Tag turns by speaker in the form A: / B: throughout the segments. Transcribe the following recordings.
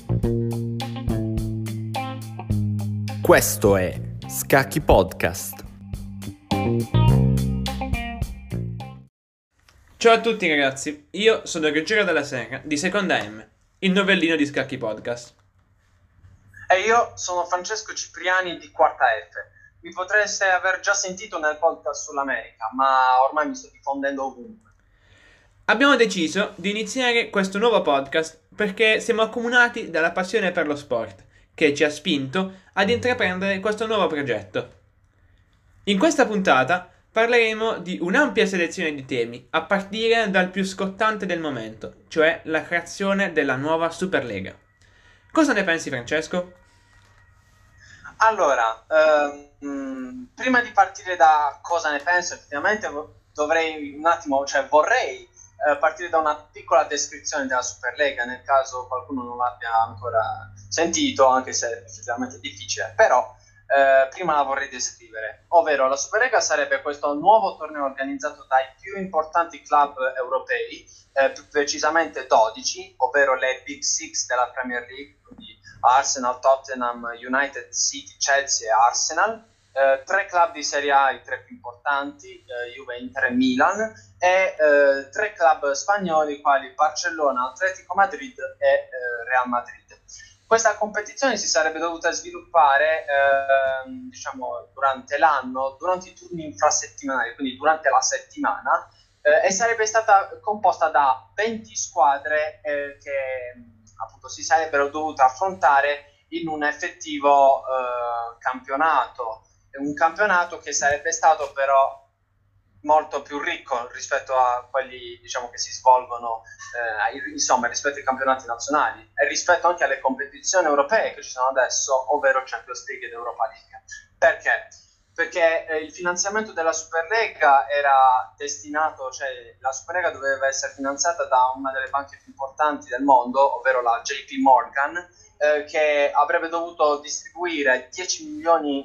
A: Questo è Scacchi Podcast.
B: Ciao a tutti ragazzi, io sono Ruggero della Serra di Seconda M, il novellino di Scacchi Podcast.
C: E io sono Francesco Cipriani di Quarta F. Mi potreste aver già sentito nel podcast sull'America, ma ormai mi sto diffondendo ovunque.
B: Abbiamo deciso di iniziare questo nuovo podcast perché siamo accomunati dalla passione per lo sport, che ci ha spinto ad intraprendere questo nuovo progetto. In questa puntata parleremo di un'ampia selezione di temi, a partire dal più scottante del momento, cioè la creazione della nuova Superlega. Cosa ne pensi, Francesco?
C: Allora, prima di partire da cosa ne penso, effettivamente vorrei partire da una piccola descrizione della Superlega, nel caso qualcuno non l'abbia ancora sentito, anche se effettivamente è difficile, però prima la vorrei descrivere, ovvero la Superlega sarebbe questo nuovo torneo organizzato dai più importanti club europei, più precisamente 12, ovvero le Big Six della Premier League, quindi Arsenal, Tottenham, United, City, Chelsea e Arsenal, 3 club di Serie A, i 3 più importanti, Juve, Inter e Milan, e 3 club spagnoli quali Barcellona, Atletico Madrid e Real Madrid. Questa competizione si sarebbe dovuta sviluppare durante l'anno, durante i turni infrasettimanali, quindi durante la settimana, e sarebbe stata composta da 20 squadre che appunto si sarebbero dovute affrontare in un effettivo campionato. Un campionato che sarebbe stato però molto più ricco rispetto a quelli, diciamo, che si svolgono rispetto ai campionati nazionali e rispetto anche alle competizioni europee che ci sono adesso, ovvero Champions League ed Europa League. Perché? Perché il finanziamento della Superlega era destinato, cioè la Superlega doveva essere finanziata da una delle banche più importanti del mondo, ovvero la JP Morgan, che avrebbe dovuto distribuire 10 milioni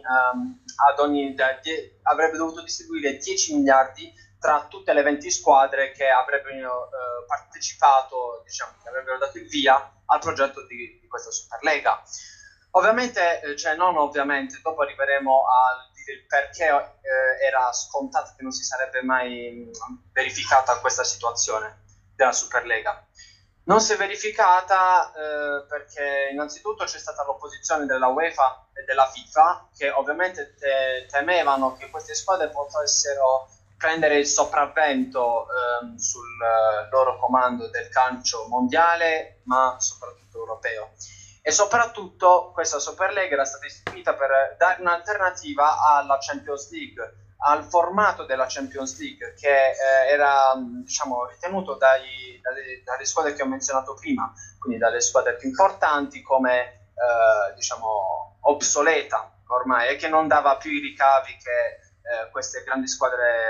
C: avrebbe dovuto distribuire 10 miliardi tra tutte le 20 squadre che avrebbero partecipato, diciamo, che avrebbero dato il via al progetto di questa Superlega. Ovviamente, dopo arriveremo a dire il perché era scontato che non si sarebbe mai verificata questa situazione della Superlega. Non si è verificata perché innanzitutto c'è stata l'opposizione della UEFA e della FIFA, che ovviamente temevano che queste squadre potessero prendere il sopravvento sul loro comando del calcio mondiale, ma soprattutto europeo. E soprattutto questa Superlega era stata istituita per dare un'alternativa alla Champions League, al formato della Champions League, che era ritenuto dalle squadre che ho menzionato prima, quindi dalle squadre più importanti, come obsoleta ormai, e che non dava più i ricavi che queste grandi squadre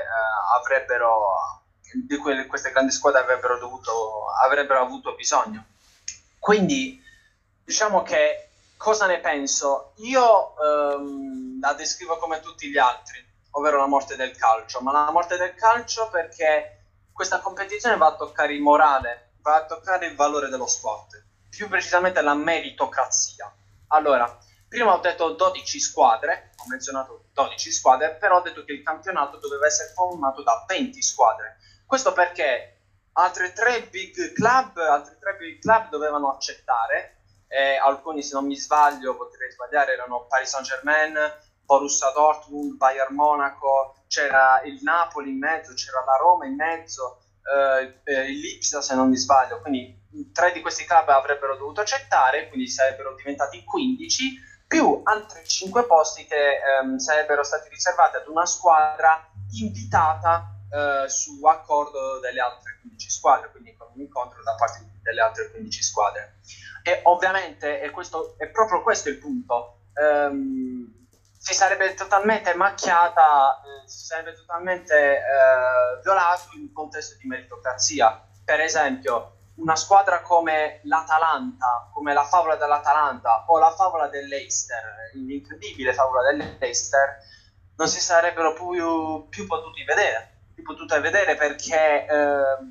C: di cui queste grandi squadre avrebbero avuto bisogno. Quindi diciamo che cosa ne penso? Io la descrivo come tutti gli altri, ovvero la morte del calcio, ma la morte del calcio perché questa competizione va a toccare il morale, va a toccare il valore dello sport, più precisamente la meritocrazia. Allora, prima ho detto 12 squadre, ho menzionato 12 squadre, però ho detto che il campionato doveva essere formato da 20 squadre. Questo perché altri tre big club dovevano accettare, alcuni, se non mi sbaglio, potrei sbagliare, erano Paris Saint-Germain, Borussia Dortmund, Bayern Monaco, c'era il Napoli in mezzo, c'era la Roma in mezzo, il Lipsia, se non mi sbaglio. Quindi 3 di questi club avrebbero dovuto accettare, quindi sarebbero diventati 15, più altri 5 posti che sarebbero stati riservati ad una squadra invitata su accordo delle altre 15 squadre, quindi con un incontro da parte delle altre 15 squadre. E ovviamente è proprio questo il punto. Si sarebbe totalmente macchiata, si sarebbe totalmente violato il contesto di meritocrazia. Per esempio, una squadra come l'Atalanta, come la favola dell'Atalanta o la favola dell'Leicester, l'incredibile favola dell'Leicester, non si sarebbero più potute vedere perché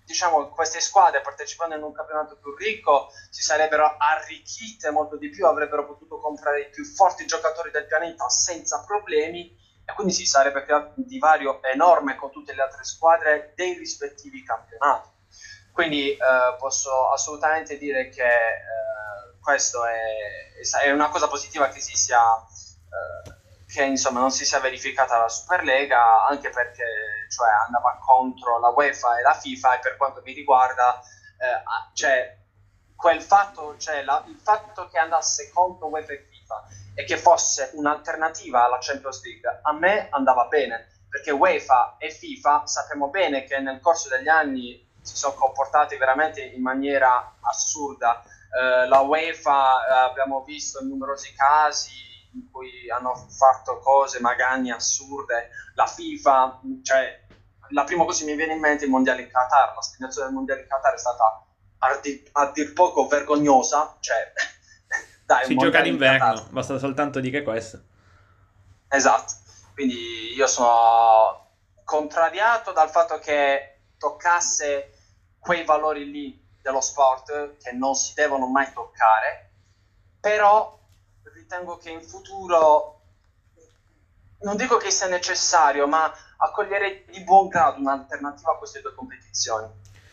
C: diciamo, queste squadre partecipando in un campionato più ricco si sarebbero arricchite molto di più, avrebbero potuto comprare i più forti giocatori del pianeta senza problemi, e quindi si sarebbe creato un divario enorme con tutte le altre squadre dei rispettivi campionati. Quindi posso assolutamente dire che questo è una cosa positiva che che insomma non si sia verificata la Superlega, anche perché cioè, andava contro la UEFA e la FIFA, e per quanto mi riguarda il fatto che andasse contro UEFA e FIFA e che fosse un'alternativa alla Champions League, a me andava bene, perché UEFA e FIFA sappiamo bene che nel corso degli anni si sono comportati veramente in maniera assurda. La UEFA abbiamo visto in numerosi casi in cui hanno fatto cose magari assurde. La FIFA, cioè la prima cosa che mi viene in mente è il mondiale in Qatar. La stagnazione del mondiale in Qatar è stata a dir poco vergognosa, cioè dai,
B: si gioca d'inverno, basta soltanto dire questo.
C: Esatto, quindi io sono contrariato dal fatto che toccasse quei valori lì dello sport che non si devono mai toccare, però ritengo che in futuro, non dico che sia necessario, ma accoglierei di buon grado un'alternativa a queste due competizioni.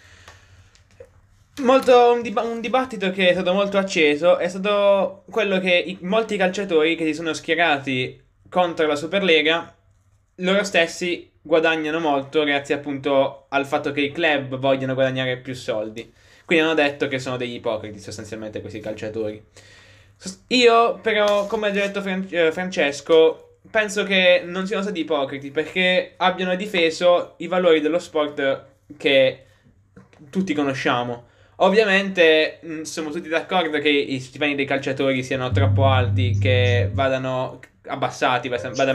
B: Un dibattito che è stato molto acceso è stato quello che molti calciatori che si sono schierati contro la Superlega, loro stessi guadagnano molto grazie appunto al fatto che i club vogliono guadagnare più soldi. Quindi hanno detto che sono degli ipocriti sostanzialmente questi calciatori. Io però, come ha già detto Francesco, penso che non siano stati ipocriti perché abbiano difeso i valori dello sport che tutti conosciamo. Ovviamente siamo tutti d'accordo che i stipendi dei calciatori siano troppo alti, che vadano abbassati, vada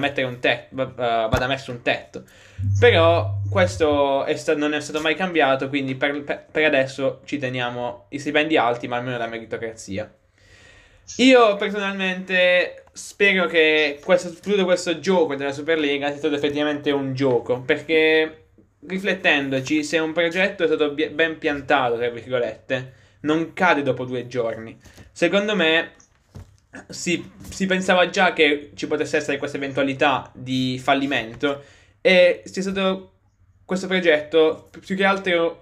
B: messo un tetto. Però questo non è stato mai cambiato, quindi per adesso ci teniamo i stipendi alti, ma almeno la meritocrazia. Io personalmente spero che tutto questo gioco della Superlega sia stato effettivamente un gioco, perché riflettendoci, se un progetto è stato ben piantato, tra virgolette, non cade dopo 2 giorni. Secondo me si pensava già che ci potesse essere questa eventualità di fallimento e sia stato questo progetto più che altro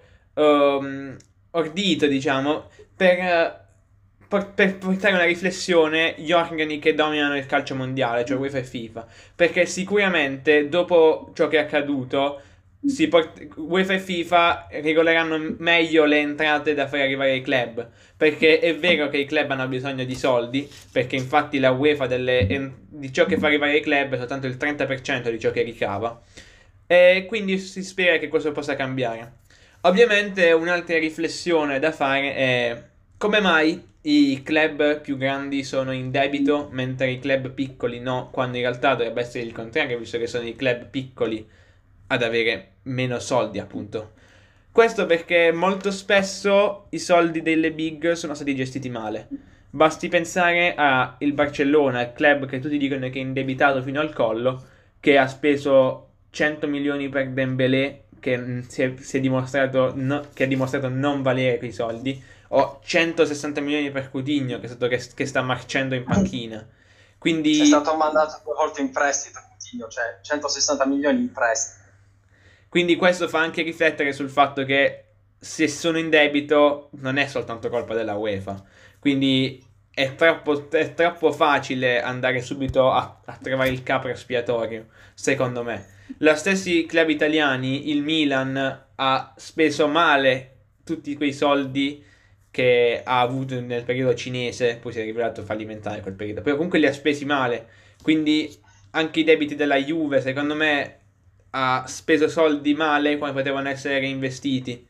B: ordito, diciamo, per portare una riflessione gli organi che dominano il calcio mondiale, cioè UEFA e FIFA, perché sicuramente dopo ciò che è accaduto UEFA e FIFA regoleranno meglio le entrate da fare arrivare ai club, perché è vero che i club hanno bisogno di soldi, perché infatti la UEFA di ciò che fa arrivare ai club è soltanto il 30% di ciò che ricava, e quindi si spera che questo possa cambiare. Ovviamente un'altra riflessione da fare è come mai i club più grandi sono in debito mentre i club piccoli no, quando in realtà dovrebbe essere il contrario, visto che sono i club piccoli ad avere meno soldi, appunto. Questo perché molto spesso i soldi delle big sono stati gestiti male. Basti pensare a il Barcellona, il club che tutti dicono che è indebitato fino al collo, che ha speso 100 milioni per Dembélé, che si è dimostrato che ha dimostrato non valere quei soldi, o 160 milioni per Coutinho, che sta marcendo in panchina. Quindi
C: è stato mandato 2 volte in prestito Coutinho, cioè 160 milioni in prestito.
B: Quindi questo fa anche riflettere sul fatto che se sono in debito non è soltanto colpa della UEFA. Quindi è troppo facile andare subito a trovare il capro espiatorio, secondo me. Lo stessi club italiani, il Milan, ha speso male tutti quei soldi che ha avuto nel periodo cinese, poi si è rivelato fallimentare quel periodo, però comunque li ha spesi male. Quindi anche i debiti della Juve, secondo me, ha speso soldi male quando potevano essere reinvestiti.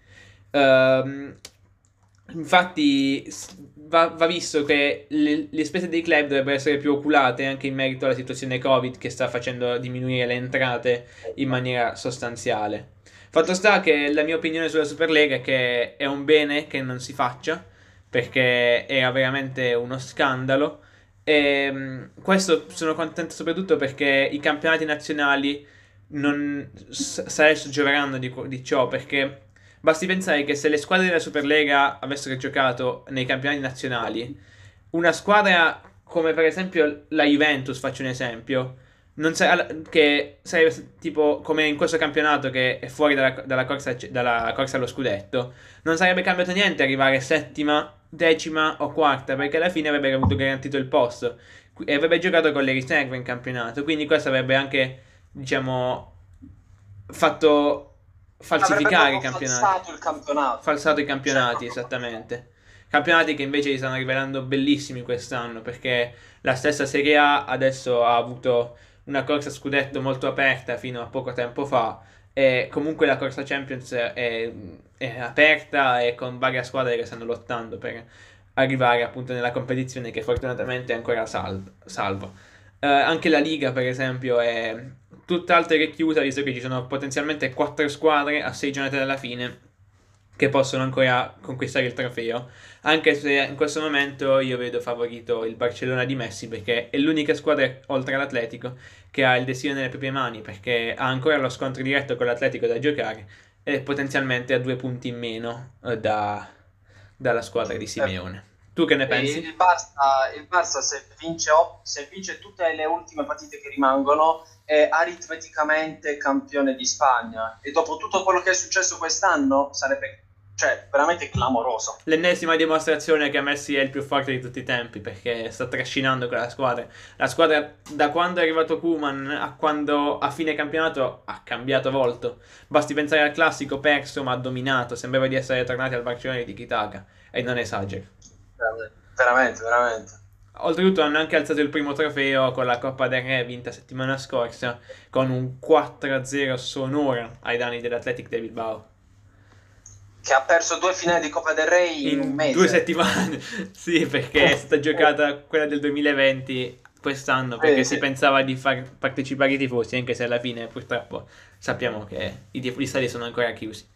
B: Infatti va visto che le spese dei club dovrebbero essere più oculate anche in merito alla situazione Covid che sta facendo diminuire le entrate in maniera sostanziale. Fatto sta che la mia opinione sulla Superlega è che è un bene che non si faccia, perché era veramente uno scandalo, e questo sono contento soprattutto perché i campionati nazionali non adesso gioveranno di ciò, perché Basti pensare che se le squadre della Superlega avessero giocato nei campionati nazionali, una squadra come per esempio la Juventus, faccio un esempio, non che sarebbe tipo come in questo campionato che è fuori dalla corsa allo scudetto, non sarebbe cambiato niente arrivare settima, decima o quarta, perché alla fine avrebbe avuto garantito il posto e avrebbe giocato con le riserve in campionato. Quindi questo avrebbe anche, diciamo, fatto
C: Avrebbe
B: falsificare i
C: proprio
B: campionati.
C: falsato il campionato.
B: Falsato i campionati,
C: Cioè,
B: esattamente. Campionati che invece si stanno rivelando bellissimi quest'anno, perché la stessa Serie A adesso ha avuto una corsa a scudetto molto aperta fino a poco tempo fa, e comunque la corsa Champions è aperta e con varie squadre che stanno lottando per arrivare appunto nella competizione che fortunatamente è ancora salva. Anche la Liga, per esempio, è tutt'altro che chiusa, visto che ci sono potenzialmente 4 squadre a 6 giornate dalla fine che possono ancora conquistare il trofeo, anche se in questo momento io vedo favorito il Barcellona di Messi, perché è l'unica squadra oltre all'Atletico che ha il destino nelle proprie mani, perché ha ancora lo scontro diretto con l'Atletico da giocare e potenzialmente ha 2 punti in meno dalla squadra di Simeone. Tu che ne pensi?
C: Il Barça se vince tutte le ultime partite che rimangono è aritmeticamente campione di Spagna, e dopo tutto quello che è successo quest'anno sarebbe, cioè, veramente clamoroso.
B: L'ennesima dimostrazione che Messi è il più forte di tutti i tempi, perché sta trascinando quella squadra. La squadra, da quando è arrivato Koeman a quando a fine campionato, ha cambiato volto. Basti pensare al classico perso ma dominato, sembrava di essere tornati al Barcellona di Tiki-Taka, e non esagero.
C: Veramente, veramente.
B: Oltretutto hanno anche alzato il primo trofeo con la Coppa del Re vinta settimana scorsa, con un 4-0 sonoro ai danni dell'Athletic de Bilbao.
C: Che ha perso 2 finali di Coppa del Re in un mese.
B: 2 settimane. Sì, perché è stata giocata quella del 2020 quest'anno, perché si pensava di far partecipare i tifosi, anche se alla fine purtroppo sappiamo che gli stadi sono ancora chiusi.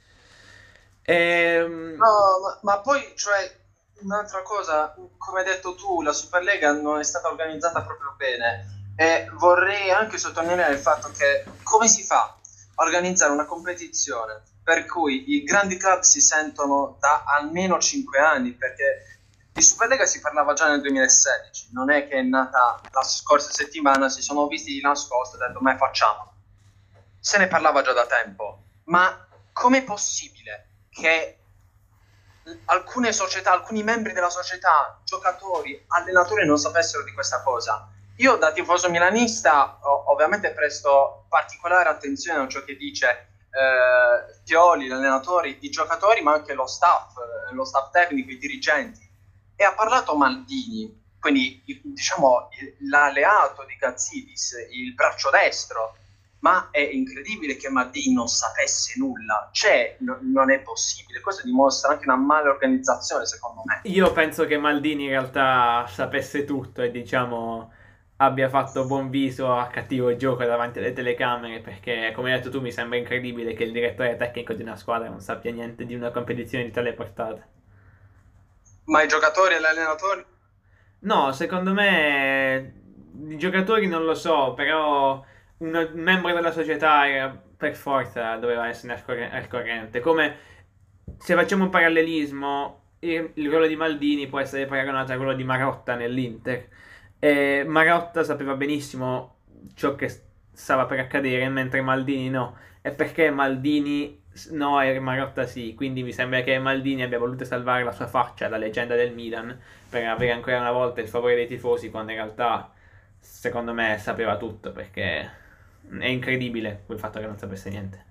C: No, ma poi, cioè, un'altra cosa, come hai detto tu, la Superlega non è stata organizzata proprio bene, e vorrei anche sottolineare il fatto che come si fa a organizzare una competizione per cui i grandi club si sentono da almeno 5 anni, perché di Superlega si parlava già nel 2016, non è che è nata la scorsa settimana, si sono visti di nascosto e hanno detto ma facciamo. Se ne parlava già da tempo, ma com'è possibile che alcune società, alcuni membri della società, giocatori, allenatori non sapessero di questa cosa? Io da tifoso milanista ovviamente presto particolare attenzione a ciò che dice Pioli, gli allenatori, i giocatori, ma anche lo staff tecnico, i dirigenti. E ha parlato Maldini, quindi diciamo l'alleato di Gazidis, il braccio destro. Ma è incredibile che Maldini non sapesse nulla, non è possibile, questo dimostra anche una male organizzazione secondo me.
B: Io penso che Maldini in realtà sapesse tutto e diciamo abbia fatto buon viso a cattivo gioco davanti alle telecamere, perché come hai detto tu mi sembra incredibile che il direttore tecnico di una squadra non sappia niente di una competizione di tale portata.
C: Ma i giocatori e gli allenatori?
B: No, secondo me i giocatori non lo so, però un membro della società per forza doveva essere al corrente. Come se facciamo un parallelismo, il ruolo di Maldini può essere paragonato al ruolo di Marotta nell'Inter. Marotta sapeva benissimo ciò che stava per accadere, mentre Maldini no. E perché Maldini no e Marotta sì? Quindi mi sembra che Maldini abbia voluto salvare la sua faccia, la leggenda del Milan, per avere ancora una volta il favore dei tifosi, quando in realtà secondo me sapeva tutto, perché è incredibile quel fatto che non sapesse niente.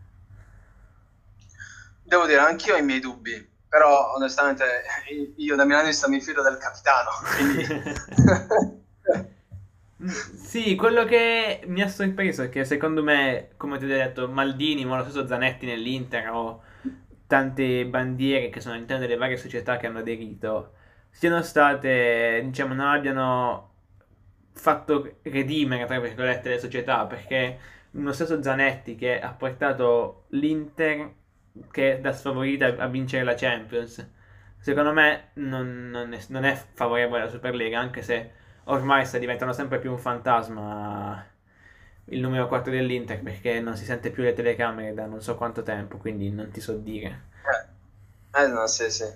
C: Devo dire, anch'io ho i miei dubbi, però onestamente io da milanista mi fido del capitano, quindi...
B: Sì, quello che mi ha sorpreso è che secondo me, come ti ho detto, Maldini, ma lo stesso Zanetti nell'Inter o tante bandiere che sono all'interno delle varie società che hanno aderito, siano state, diciamo, non abbiano fatto redimere, tra virgolette, le società, perché lo stesso Zanetti che ha portato l'Inter che è da sfavorita a vincere la Champions, secondo me non è favorevole alla Superlega, anche se ormai sta diventando sempre più un fantasma il numero 4 dell'Inter, perché non si sente più le telecamere da non so quanto tempo, quindi non ti so dire.
C: No, sì, sì.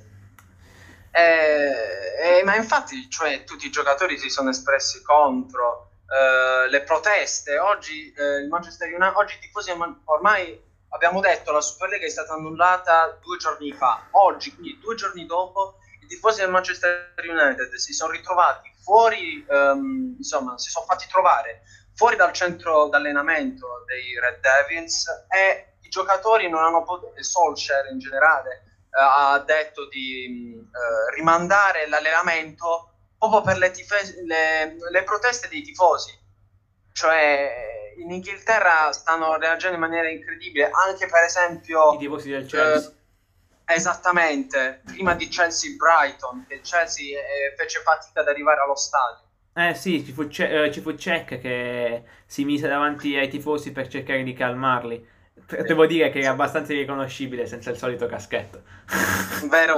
C: Ma infatti, cioè, tutti i giocatori si sono espressi contro le proteste. Oggi, il Manchester United, oggi i tifosi, ormai abbiamo detto, la Superlega è stata annullata 2 giorni fa. Oggi, quindi 2 giorni dopo, i tifosi del Manchester United si sono ritrovati fuori, insomma, si sono fatti trovare fuori dal centro d'allenamento dei Red Devils, e i giocatori non hanno potuto, Solskjaer in generale ha detto di rimandare l'allenamento proprio per le proteste dei tifosi. Cioè, in Inghilterra stanno reagendo in maniera incredibile, anche per
B: I
C: esempio,
B: tifosi del Chelsea.
C: esattamente, prima di Chelsea-Brighton, che il Chelsea fece fatica ad arrivare allo stadio.
B: Eh sì, ci fu Cech che si mise davanti ai tifosi per cercare di calmarli.
C: Sì.
B: Devo dire che è
C: Sì.
B: abbastanza riconoscibile senza il solito caschetto.
C: Vero.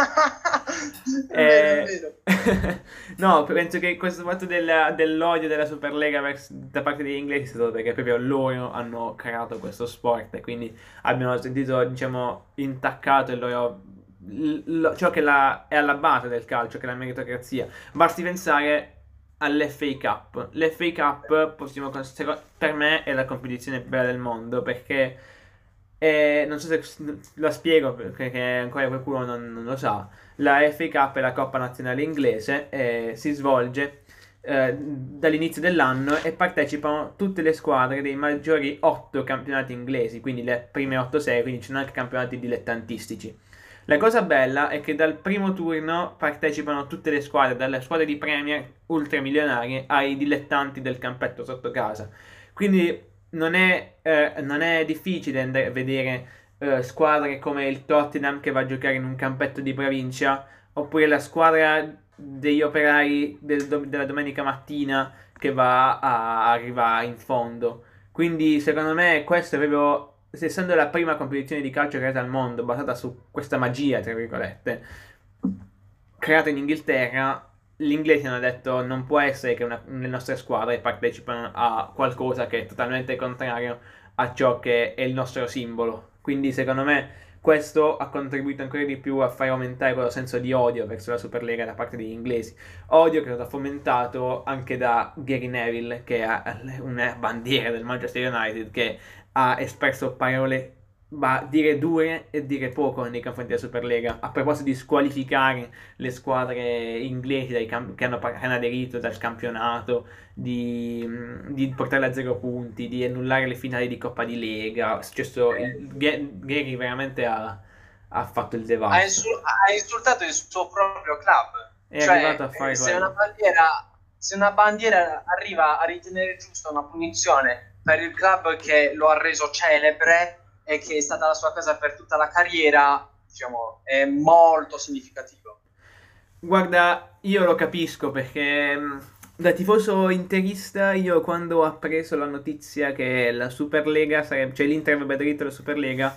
C: È vero, è
B: Eh,
C: vero.
B: No, penso che questo fatto dell'odio della Superlega da parte degli inglesi è stato perché proprio loro hanno creato questo sport e quindi abbiano sentito, diciamo, intaccato il loro, ciò che è alla base del calcio, che è la meritocrazia. Basti pensare all'FA Cup. L'FA Cup, per me, è la competizione più bella del mondo perché non so se la spiego perché ancora qualcuno non lo sa. La FA Cup è la Coppa Nazionale Inglese e si svolge dall'inizio dell'anno e partecipano tutte le squadre dei maggiori 8 campionati inglesi, quindi le prime 8 serie, quindi ci sono anche campionati dilettantistici. La cosa bella è che dal primo turno partecipano tutte le squadre, dalle squadre di Premier ultramilionarie ai dilettanti del campetto sotto casa. Quindi non è difficile vedere squadre come il Tottenham che va a giocare in un campetto di provincia, oppure la squadra degli operai della domenica mattina che arriva in fondo. Quindi secondo me questo è proprio, essendo la prima competizione di calcio creata al mondo, basata su questa magia, tra virgolette, creata in Inghilterra, gli inglesi hanno detto non può essere che le nostre squadre partecipano a qualcosa che è totalmente contrario a ciò che è il nostro simbolo. Quindi secondo me questo ha contribuito ancora di più a far aumentare quello senso di odio verso la Superlega da parte degli inglesi. Odio che è stato fomentato anche da Gary Neville, che è una bandiera del Manchester United, che ha espresso parole dire dure e dire poco nei confronti della Superlega, a proposito di squalificare le squadre inglesi che hanno aderito dal campionato, di portarle a 0 punti, di annullare le finali di Coppa di Lega. È successo, Gary veramente ha fatto il devasto.
C: Ha insultato il suo proprio club.
B: È arrivato
C: Cioè,
B: a fare
C: se una
B: quello.
C: bandiera, se una bandiera arriva a ritenere giusta una punizione per il club che lo ha reso celebre e che è stata la sua casa per tutta la carriera, diciamo, è molto significativo.
B: Guarda, io lo capisco perché da tifoso interista io quando ho appreso la notizia che la Superlega sarebbe, cioè l'Inter avrebbe aderito alla Superlega,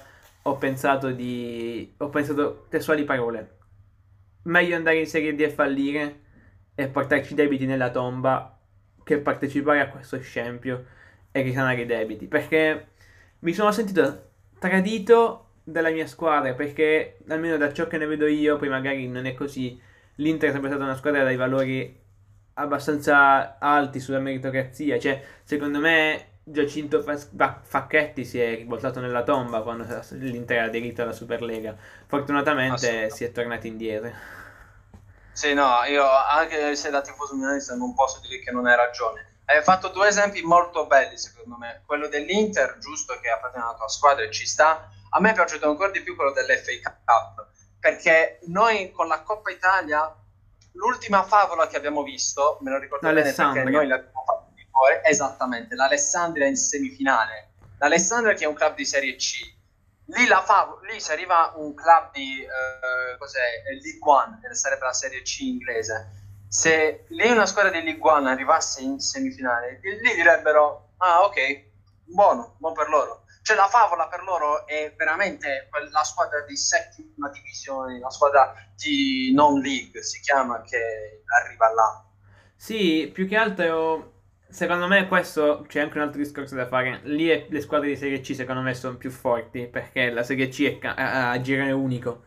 B: ho pensato testuali parole. Meglio andare in Serie D e fallire e portarci i debiti nella tomba che partecipare a questo scempio e risanare i debiti. Perché mi sono sentito tradito dalla mia squadra, perché almeno da ciò che ne vedo io, poi magari non è così. L'Inter è sempre stata una squadra dai valori abbastanza alti sulla meritocrazia. Cioè, secondo me, Giacinto Facchetti si è rivoltato nella tomba quando l'Inter ha aderito alla Superlega. Fortunatamente si è tornati indietro.
C: Sì, no, io anche se da tifoso milanista non posso dire che non hai ragione. Hai fatto 2 esempi molto belli, secondo me. Quello dell'Inter, giusto, che ha appartiene alla tua squadra e ci sta. A me è piaciuto ancora di più quello dell'FA Cup, perché noi con la Coppa Italia, l'ultima favola che abbiamo visto, me lo ricordo bene perché noi l'abbiamo fatto di cuore, esattamente, l'Alessandria in semifinale. L'Alessandria che è un club di Serie C. Lì se arriva un club di cos'è? League One, che sarebbe la Serie C inglese. Se lì una squadra di League One arrivasse in semifinale, lì direbbero: ah, ok, buon per loro. Cioè la favola per loro è veramente la squadra di settima divisione, la squadra di non league si chiama, che arriva là.
B: Sì, più che altro, secondo me questo c'è anche un altro discorso da fare. Lì le squadre di Serie C secondo me sono più forti perché la Serie C è a girone unico.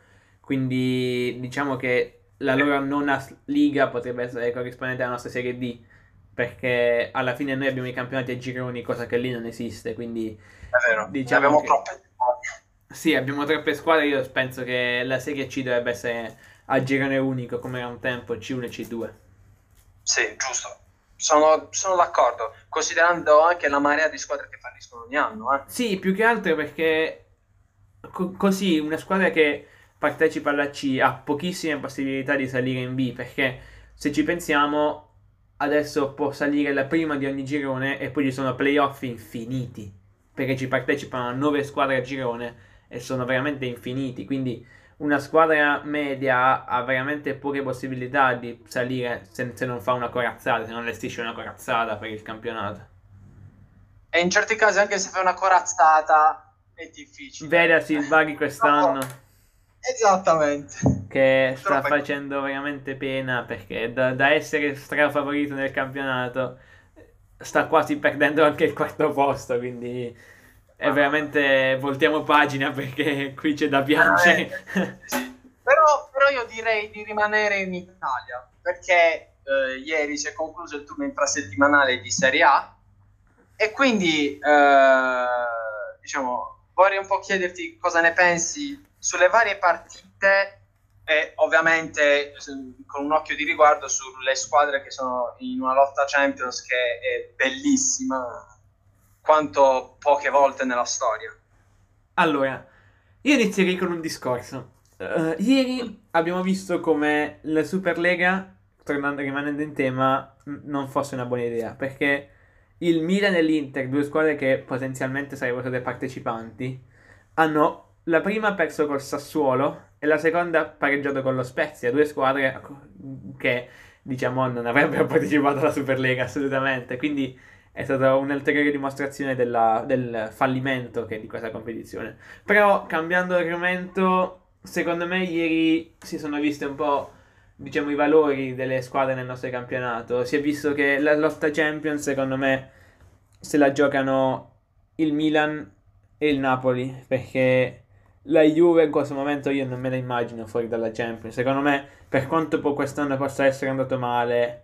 B: quindi diciamo che la loro nona liga potrebbe essere corrispondente alla nostra Serie D, perché alla fine noi abbiamo i campionati a gironi, cosa che lì non esiste, quindi
C: È vero, ne
B: diciamo
C: abbiamo
B: che
C: troppe.
B: sì, abbiamo troppe squadre, io penso che la Serie C dovrebbe essere a girone unico, come era un tempo, C1 e C2.
C: Sì, giusto. Sono d'accordo, considerando anche la marea di squadre che falliscono ogni anno, eh.
B: Sì, più che altro perché così una squadra che partecipa alla C ha pochissime possibilità di salire in B, perché se ci pensiamo adesso può salire la prima di ogni girone e poi ci sono playoff infiniti, perché ci partecipano 9 squadre a girone e sono veramente infiniti, quindi una squadra media ha veramente poche possibilità di salire se non fa una corazzata, se non allestisce una corazzata per il campionato.
C: E in certi casi, anche se fai una corazzata, è difficile.
B: Vedasi il Bari quest'anno
C: Esattamente.
B: che sta
C: Purtroppo è
B: facendo veramente pena, perché da essere strafavorito nel campionato sta quasi perdendo anche il quarto posto, quindi è veramente voltiamo pagina, perché qui c'è da piangere.
C: Sì. Però io direi di rimanere in Italia, perché ieri si è concluso il turno infrasettimanale di Serie A e quindi diciamo vorrei un po' chiederti cosa ne pensi sulle varie partite e ovviamente con un occhio di riguardo sulle squadre che sono in una lotta Champions che è bellissima quanto poche volte nella storia.
B: Allora, io inizierei con un discorso. Ieri abbiamo visto come la Superlega, rimanendo in tema, non fosse una buona idea, perché il Milan e l'Inter, due squadre che potenzialmente sarebbero state partecipanti, hanno la prima perso col Sassuolo e la seconda pareggiato con lo Spezia, due squadre che diciamo non avrebbero partecipato alla Superlega assolutamente, quindi è stata un'ulteriore dimostrazione del fallimento che è di questa competizione. Però cambiando argomento, secondo me ieri si sono viste un po', diciamo, i valori delle squadre nel nostro campionato. Si è visto che la lotta Champions, secondo me, se la giocano il Milan e il Napoli, perché la Juve in questo momento io non me la immagino fuori dalla Champions. Secondo me, per quanto quest'anno possa essere andato male,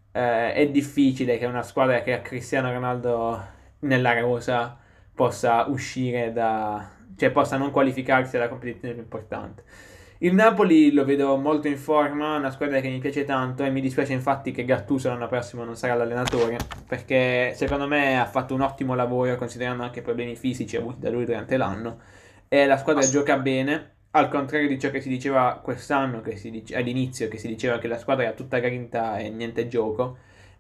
B: è difficile che una squadra che ha Cristiano Ronaldo nella rosa possa uscire cioè possa non qualificarsi alla competizione più importante. Il Napoli lo vedo molto in forma, una squadra che mi piace tanto e mi dispiace infatti che Gattuso l'anno prossimo non sarà l'allenatore, perché secondo me ha fatto un ottimo lavoro considerando anche i problemi fisici avuti da lui durante l'anno e la squadra gioca bene, al contrario di ciò che si diceva quest'anno, all'inizio, che si diceva che la squadra era tutta grinta e niente gioco,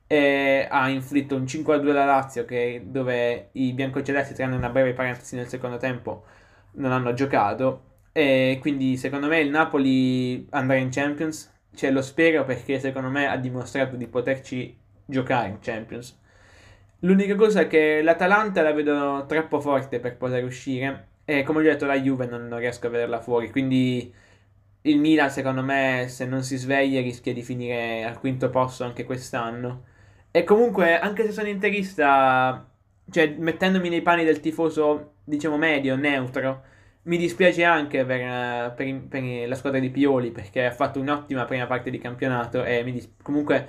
B: e ha inflitto un 5-2 alla Lazio, dove i biancocelesti, tranne una breve parentesi nel secondo tempo, non hanno giocato, e quindi secondo me il Napoli andrà in Champions, cioè lo spero perché secondo me ha dimostrato di poterci giocare in Champions. L'unica cosa è che l'Atalanta la vedo troppo forte per poter uscire e come ho detto la Juve non riesco a vederla fuori, quindi il Milan secondo me se non si sveglia rischia di finire al quinto posto anche quest'anno. E comunque anche se sono interista, cioè mettendomi nei panni del tifoso diciamo medio, neutro, mi dispiace anche per la squadra di Pioli perché ha fatto un'ottima prima parte di campionato e comunque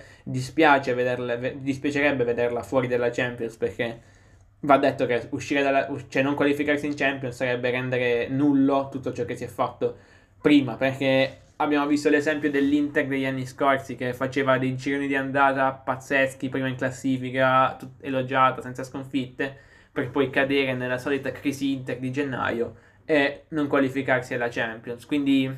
B: dispiacerebbe vederla fuori dalla Champions perché va detto che cioè non qualificarsi in Champions sarebbe rendere nullo tutto ciò che si è fatto prima, perché abbiamo visto l'esempio dell'Inter degli anni scorsi che faceva dei gironi di andata pazzeschi, prima in classifica, elogiata, senza sconfitte, per poi cadere nella solita crisi Inter di gennaio e non qualificarsi alla Champions. Quindi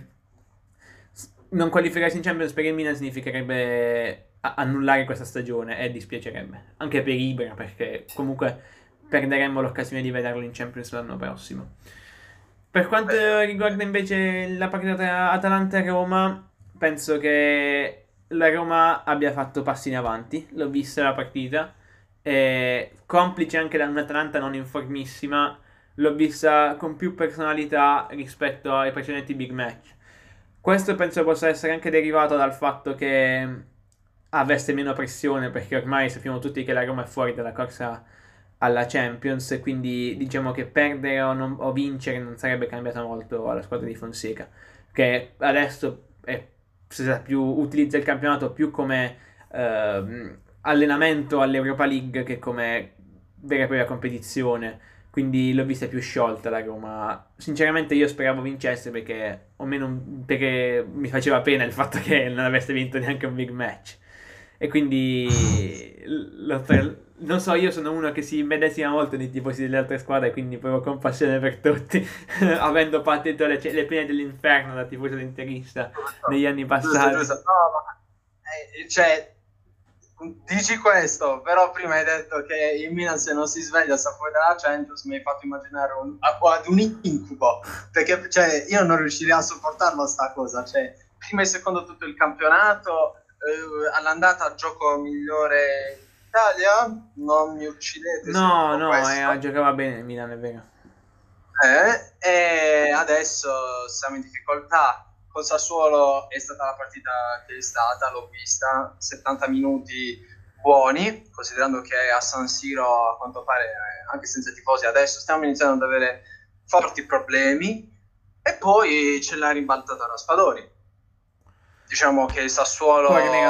B: non qualificarsi in Champions per il Milan significherebbe annullare questa stagione e dispiacerebbe. Anche per Ibra, perché comunque perderemmo l'occasione di vederlo in Champions l'anno prossimo. Per quanto riguarda invece la partita tra Atalanta e Roma, penso che la Roma abbia fatto passi in avanti. L'ho vista la partita. E complice anche da un'Atalanta non in formissima, l'ho vista con più personalità rispetto ai precedenti big match. Questo penso possa essere anche derivato dal fatto che avesse meno pressione, perché ormai sappiamo tutti che la Roma è fuori dalla corsa alla Champions, e quindi diciamo che perdere o vincere non sarebbe cambiato molto alla squadra di Fonseca. che adesso utilizza il campionato più come allenamento all'Europa League che come vera e propria competizione, quindi l'ho vista più sciolta la Roma. Sinceramente io speravo vincesse perché, o meno perché mi faceva pena il fatto che non avesse vinto neanche un big match. E quindi non so, io sono uno che si immedesima molto nei tifosi delle altre squadre, quindi provo compassione per tutti, avendo patito le pene dell'inferno da tifoso interista negli anni passati.
C: Giusto. No, cioè, dici questo, però prima hai detto che il Milan se non si sveglia sta fuori dalla Champions, mi hai fatto immaginare ad un incubo, perché cioè, io non riuscirei a sopportarlo sta cosa, cioè, prima e secondo tutto il campionato, all'andata gioco migliore in Italia, non mi uccidete.
B: No, giocava bene il Milan, è vero.
C: E adesso siamo in difficoltà. Col Sassuolo è stata la partita che è stata, l'ho vista, 70 minuti buoni, considerando che a San Siro a quanto pare anche senza tifosi adesso stiamo iniziando ad avere forti problemi, e poi c'è la ribaltata a Raspadori. Diciamo che il Sassuolo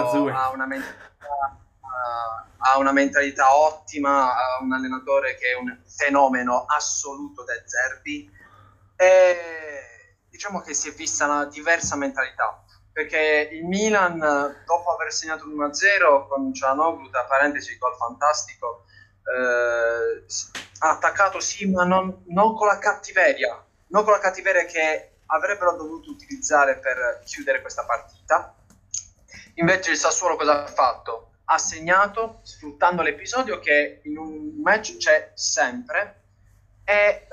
C: ha una mentalità ottima, ha un allenatore che è un fenomeno assoluto del Zerbi, e diciamo che si è vista una diversa mentalità, perché il Milan, dopo aver segnato l'1-0 con Cianoglu, tra parentesi gol fantastico, ha attaccato sì, ma non con la cattiveria che avrebbero dovuto utilizzare per chiudere questa partita. Invece il Sassuolo cosa ha fatto? Ha segnato sfruttando l'episodio che in un match c'è sempre, e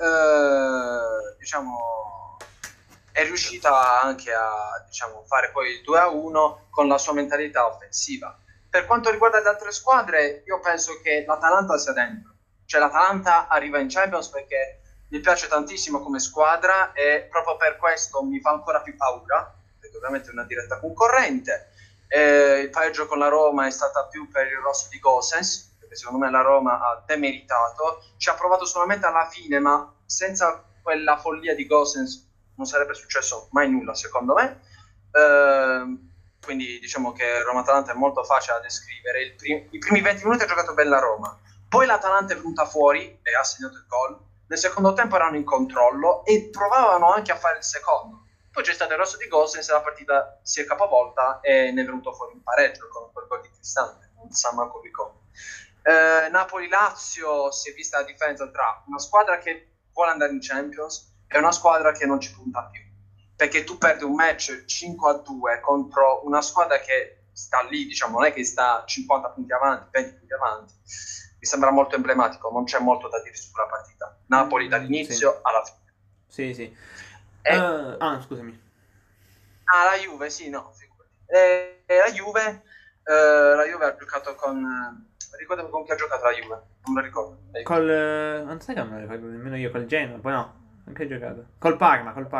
C: diciamo è riuscita anche a fare poi il 2-1 con la sua mentalità offensiva. Per quanto riguarda le altre squadre, io penso che l'Atalanta sia dentro, cioè l'Atalanta arriva in Champions perché mi piace tantissimo come squadra, e proprio per questo mi fa ancora più paura, perché ovviamente è una diretta concorrente. Il pareggio con la Roma è stata più per il rosso di Gosens, perché secondo me la Roma ha demeritato, ci ha provato solamente alla fine, ma senza quella follia di Gosens non sarebbe successo mai nulla secondo me. Quindi diciamo che Roma-Atalanta è molto facile da descrivere. I primi 20 minuti ha giocato bene la Roma, poi l'Atalanta è venuta fuori e ha segnato il gol. Nel secondo tempo erano in controllo e provavano anche a fare il secondo. Poi c'è stato il rosso di Gosens e la partita si è capovolta e ne è venuto fuori un pareggio con quel gol di Cristante, un Sammacovico. Napoli-Lazio si è vista la differenza tra una squadra che vuole andare in Champions e una squadra che non ci punta più, perché tu perdi un match 5-2 contro una squadra che sta lì, diciamo, non è che sta 50 punti avanti, 20 punti avanti. Mi sembra molto emblematico, non c'è molto da dire sulla partita. Napoli dall'inizio alla fine.
B: Sì. Scusami.
C: La Juve, sì, no, figurati. La Juve ha giocato con... Ricordami con chi ha giocato la Juve, non me lo ricordo.
B: Non sai che non me lo ricordo nemmeno io, col Genoa, poi no, anche ha giocato. Col Parma. Col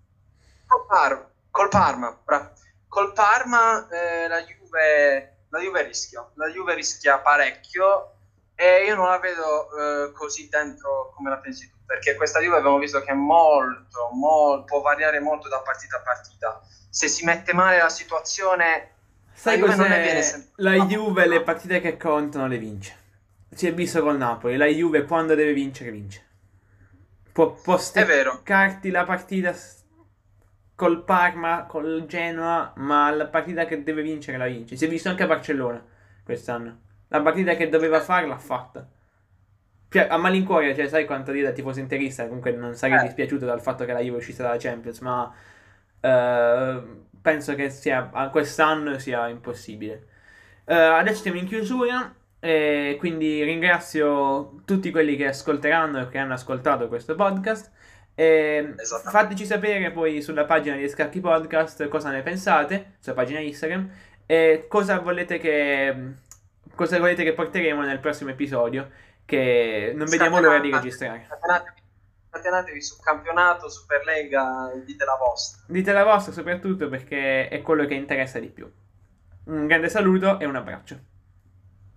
B: Parma, bravo. Col Parma la Juve rischia parecchio, e io non la vedo così dentro come la pensi tu, perché questa Juve abbiamo visto che può variare molto da partita a partita. Se si mette male la situazione, sai
C: la Juve non ne
B: cos'è?
C: viene sempre.
B: La Juve le partite che contano le vince. Si è visto col Napoli, la Juve quando deve vincere vince. Può
C: È vero.
B: steccarti la partita col Parma, col Genoa, ma la partita che deve vincere la vince. Si è visto anche a Barcellona quest'anno. La partita che doveva fare l'ha fatta. A malincuore, cioè, sai quanto dire da tifoso interista, comunque non sarei dispiaciuto dal fatto che la Juve è uscita dalla Champions, ma penso che quest'anno sia impossibile. Adesso siamo in chiusura, quindi ringrazio tutti quelli che ascolteranno e che hanno ascoltato questo podcast. Fateci sapere poi sulla pagina di Scacchi Podcast cosa ne pensate, sulla pagina Instagram, e cosa volete che porteremo nel prossimo episodio, che non vediamo l'ora di registrare.
C: Scatenatevi sul campionato, Superlega, dite la vostra.
B: Dite la vostra soprattutto, perché è quello che interessa di più. Un grande saluto e un abbraccio.